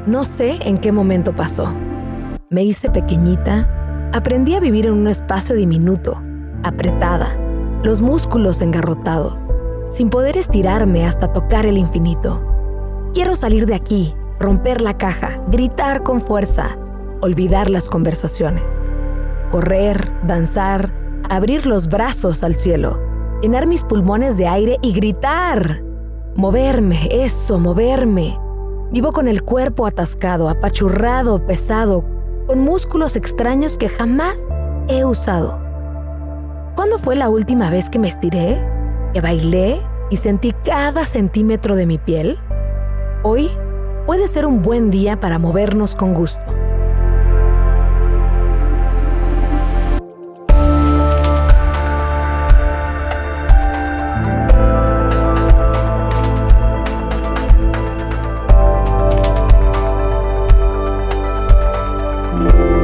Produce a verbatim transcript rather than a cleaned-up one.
No sé en qué momento pasó. Me hice pequeñita, aprendí a vivir en un espacio diminuto, apretada, los músculos engarrotados, sin poder estirarme hasta tocar el infinito. Quiero salir de aquí, romper la caja, gritar con fuerza, olvidar las conversaciones. Correr, danzar, abrir los brazos al cielo, llenar mis pulmones de aire y gritar. Moverme, eso, moverme. Vivo con el cuerpo atascado, apachurrado, pesado, con músculos extraños que jamás he usado. ¿Cuándo fue la última vez que me estiré, que bailé y sentí cada centímetro de mi piel? Hoy puede ser un buen día para movernos con gusto. Thank you.